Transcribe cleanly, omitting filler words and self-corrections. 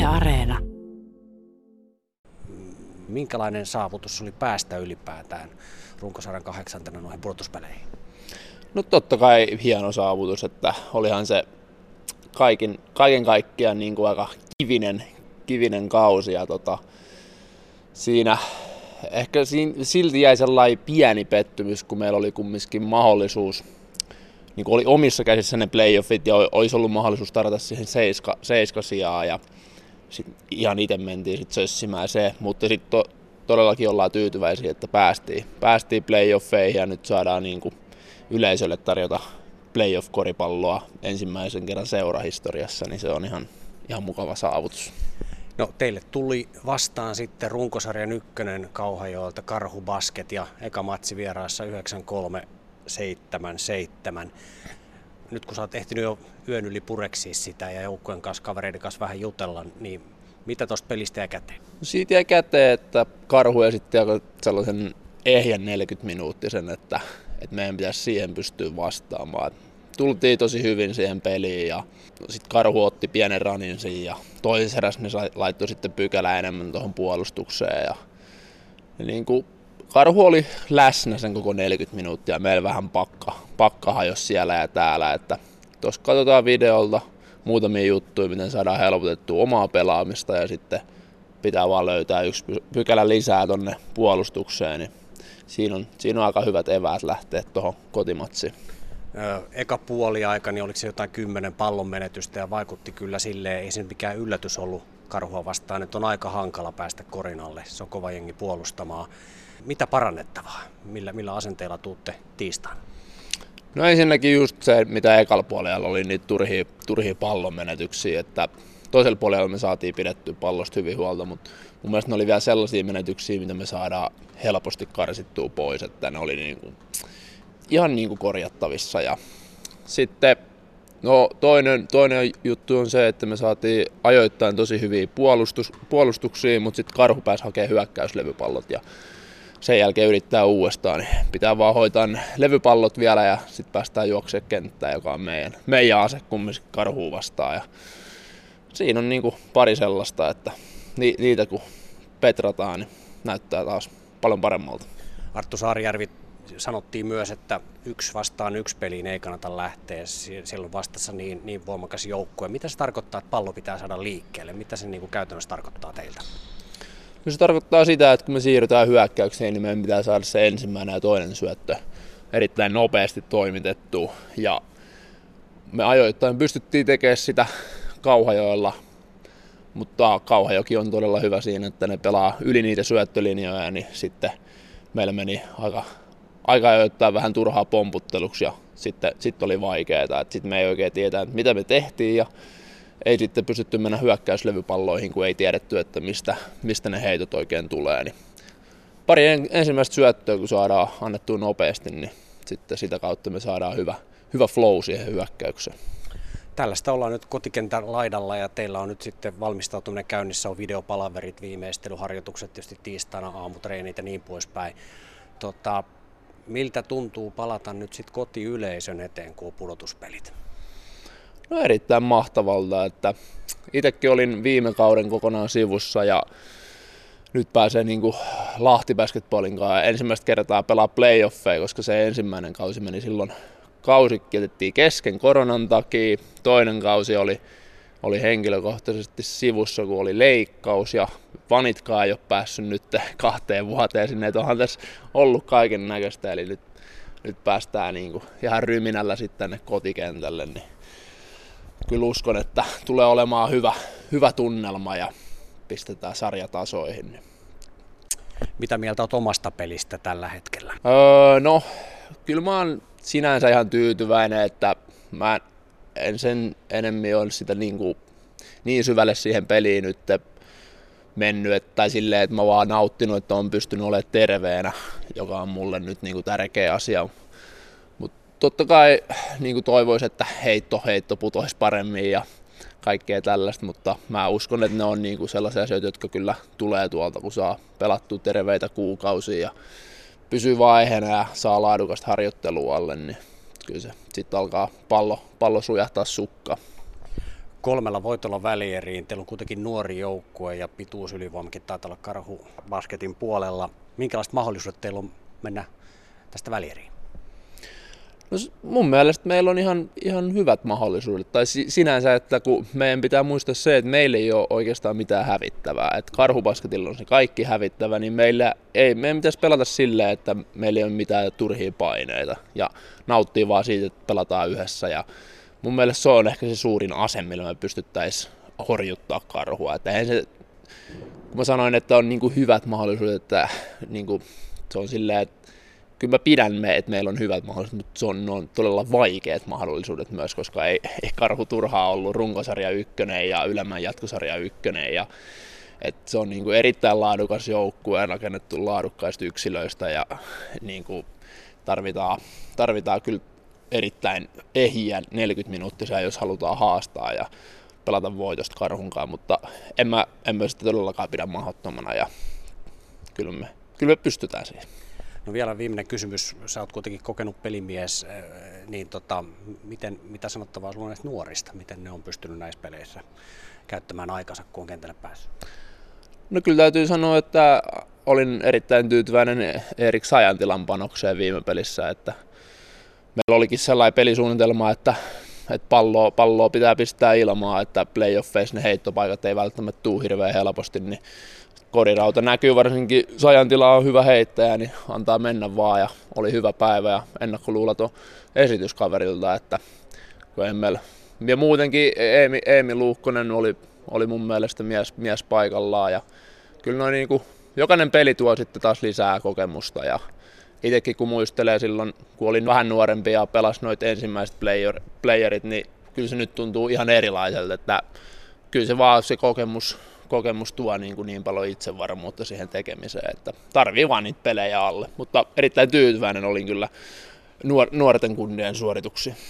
Areena. Minkälainen saavutus oli päästä ylipäätään runkosarjan 8. noihin pudotuspeleihin? No totta kai hieno saavutus, että olihan se kaiken kaikkiaan niin kuin aika kivinen kausi ja siinä ehkä silti jäi sellainen pieni pettymys, kun meillä oli kumminkin mahdollisuus, niin kuin oli omissa käsissä ne playoffit ja olisi ollut mahdollisuus tarjota siihen seiskasijaa ja sitten ihan itse mentiin sitten sössimään se, mutta sitten todellakin ollaan tyytyväisiä, että päästiin playoffeihin ja nyt saadaan niin kuin yleisölle tarjota playoff-koripalloa ensimmäisen kerran seurahistoriassa, niin se on ihan mukava saavutus. No, teille tuli vastaan sitten runkosarjan ykkönen Kauhajoelta Karhu Basket ja eka matsi vieraassa 9-3-7-7. Nyt kun sä oot ehtinyt jo yön yli pureksia sitä ja joukkueen kanssa, kavereiden kanssa vähän jutella, niin mitä tuosta pelistä jäi käteen? No siitä jäi käteen, että Karhu esitti sellaisen ehjän 40-minuuttisen, että meidän pitäisi siihen pystyä vastaamaan. Tultiin tosi hyvin siihen peliin ja sitten Karhu otti pienen ranin siinä ja toisessa erässä ne laittoi sitten pykälää enemmän tuohon puolustukseen. Ja niin kuin Karhu oli läsnä sen koko 40 minuuttia, meillä vähän pakka hajosi siellä ja täällä. Että tuossa katsotaan videolta muutamia juttuja, miten saadaan helpotettua omaa pelaamista ja sitten pitää vaan löytää yksi pykälä lisää tonne puolustukseen. Niin siinä on aika hyvät eväät lähteä tuohon kotimatsiin. Eka puoliaika, niin oliko se jotain 10 pallon menetystä ja vaikutti kyllä silleen, ei se mikään yllätys ollut Karhua vastaan, että on aika hankala päästä korinalle, se on kova jengi puolustamaan. Mitä parannettavaa? Millä asenteella tuutte tiistaina? No ensinnäkin just se, mitä ekalla puolella oli niitä turhia pallon menetyksiä, että toisella puolella me saatiin pidettyä pallosta hyvin huolta, mutta mun mielestä ne oli vielä sellaisia menetyksiä, mitä me saadaan helposti karsittua pois, että ne oli ihan korjattavissa. Ja sitten toinen juttu on se, että me saatiin ajoittain tosi hyviä puolustuksia, mutta sitten Karhu pääsi hakemaan hyökkäyslevypallot ja sen jälkeen yrittää uudestaan, niin pitää vaan hoitaa ne levypallot vielä ja sitten päästään juoksemaan kenttään, joka on meidän ase kumminkin Karhua vastaan. Ja siinä on pari sellaista, että niitä kun petrataan, niin näyttää taas paljon paremmalta. Arttu Saarijärvi, sanottiin myös, että 1 vastaan 1 peliin ei kannata lähteä. Siellä on vastassa niin voimakas joukkue. Mitä se tarkoittaa, että pallo pitää saada liikkeelle? Mitä se käytännössä tarkoittaa teiltä? No se tarkoittaa sitä, että kun me siirrytään hyökkäykseen, niin meidän pitää saada se ensimmäinen ja toinen syöttö erittäin nopeasti toimitettua. Ja me ajoittain pystyttiin tekemään sitä Kauhajoella, mutta Kauhajoki on todella hyvä siinä, että ne pelaa yli niitä syöttölinjoja, niin sitten meillä meni aika ajoittain vähän turhaa pomputteluksi ja sitten oli vaikeaa. Sitten me ei oikein tietää, mitä me tehtiin ja ei sitten pystytty mennä hyökkäyslevypalloihin, kun ei tiedetty, että mistä ne heitot oikein tulee. Niin pari ensimmäistä syöttöä, kun saadaan annettua nopeasti, niin sitten sitä kautta me saadaan hyvä flow siihen hyökkäykseen. Tällaista ollaan nyt kotikentän laidalla ja teillä on nyt sitten valmistautuminen käynnissä, on videopalaverit, viimeistelyharjoitukset, tietysti tiistaina aamutreenit ja niin poispäin. Miltä tuntuu palata nyt sitten kotiyleisön eteen, kun on pudotuspelit? No erittäin mahtavalta, että itsekin olin viime kauden kokonaan sivussa ja nyt pääsee Lahti Basketballin kanssa ensimmäistä kertaa pelaa playoffeja, koska se ensimmäinen kausi meni silloin. Kausi jätettiin kesken koronan takia, toinen kausi oli henkilökohtaisesti sivussa, kun oli leikkaus ja fanitkaan ei ole päässyt nyt 2 vuoteen sinne, että onhan tässä ollut kaiken näköistä, eli nyt päästään ihan ryminällä sitten tänne kotikentälle, niin kyllä uskon, että tulee olemaan hyvä tunnelma ja pistetään sarjatasoihin. Mitä mieltä olet omasta pelistä tällä hetkellä? No, kyllä mä oon sinänsä ihan tyytyväinen, että mä en sen enemmän ole sitä niin syvälle siihen peliin nyt mennyt, tai silleen, että mä vaan nauttinut, että on pystynyt olemaan terveenä, joka on mulle nyt tärkeä asia. Mutta totta kai toivoisin, että heitto putoisi paremmin ja kaikkea tällaista, mutta mä uskon, että ne on sellaisia asioita, jotka kyllä tulee tuolta, kun saa pelattua terveitä kuukausia ja pysyy vaiheena ja saa laadukasta harjoittelua alle, niin kyllä se sitten alkaa pallo sujahtaa sukkaan. 3 voitolla välieriin. Teillä on kuitenkin nuori joukkue ja pituusylivoimakin taitaa olla Karhubasketin puolella. Minkälaiset mahdollisuudet teillä on mennä tästä välieriin? No, mun mielestä meillä on ihan hyvät mahdollisuudet. Tai sinänsä, että kun meidän pitää muistaa se, että meillä ei ole oikeastaan mitään hävittävää. Että Karhubasketilla on se kaikki hävittävä, niin meidän pitäisi pelata silleen, että meillä ei ole mitään turhia paineita. Ja nauttii vaan siitä, että pelataan yhdessä. Ja mun mielestä se on ehkä se suurin ase, millä me pystyttäisiin horjuttaa Karhua. Että kun mä sanoin, että on niinku hyvät mahdollisuudet, että niinku, se on silleen, että kyllä mä pidän että meillä on hyvät mahdollisuudet, mutta ne on todella vaikeat mahdollisuudet myös, koska ei Karhu turhaa ollut runkosarja 1 ja ylemmän jatkosarja 1. Ja, se on niin kuin erittäin laadukas joukkue, rakennettu laadukkaista yksilöistä ja niin kuin tarvitaan kyllä erittäin ehjiä 40 minuuttisia, jos halutaan haastaa ja pelata voitosta Karhunkaan, mutta en mä sitä todellakaan pidä mahdottomana ja kyllä me pystytään siihen. No vielä viimeinen kysymys. Sä oot kuitenkin kokenut pelimies, niin mitä sanottavaa sulla on näistä nuorista? Miten ne on pystynyt näissä peleissä käyttämään aikansa, kun on kentälle päässyt? No kyllä täytyy sanoa, että olin erittäin tyytyväinen Erik Sajantilan panokseen viime pelissä, että meillä olikin sellainen pelisuunnitelma, että palloa pitää pistää ilmaa, että playoffeissa ne heittopaikat ei välttämättä tule hirveän helposti, niin korirauta näkyy, varsinkin Sajantila on hyvä heittäjä, niin antaa mennä vaan ja oli hyvä päivä ja ennakkoluuloton esitys kaverilta, että ja muutenkin Eemi Luukkonen oli mun mielestä mies paikallaan ja kyllä niinku, jokainen peli tuo sitten taas lisää kokemusta ja itsekin kun muistelee silloin, kun olin vähän nuorempi ja pelasin noita ensimmäiset playerit, niin kyllä se nyt tuntuu ihan erilaiselta, että kyllä se vaan se kokemus tuo niin paljon itsevarmuutta siihen tekemiseen, että tarvii vaan niitä pelejä alle, mutta erittäin tyytyväinen olin kyllä nuorten kunnian suorituksiin.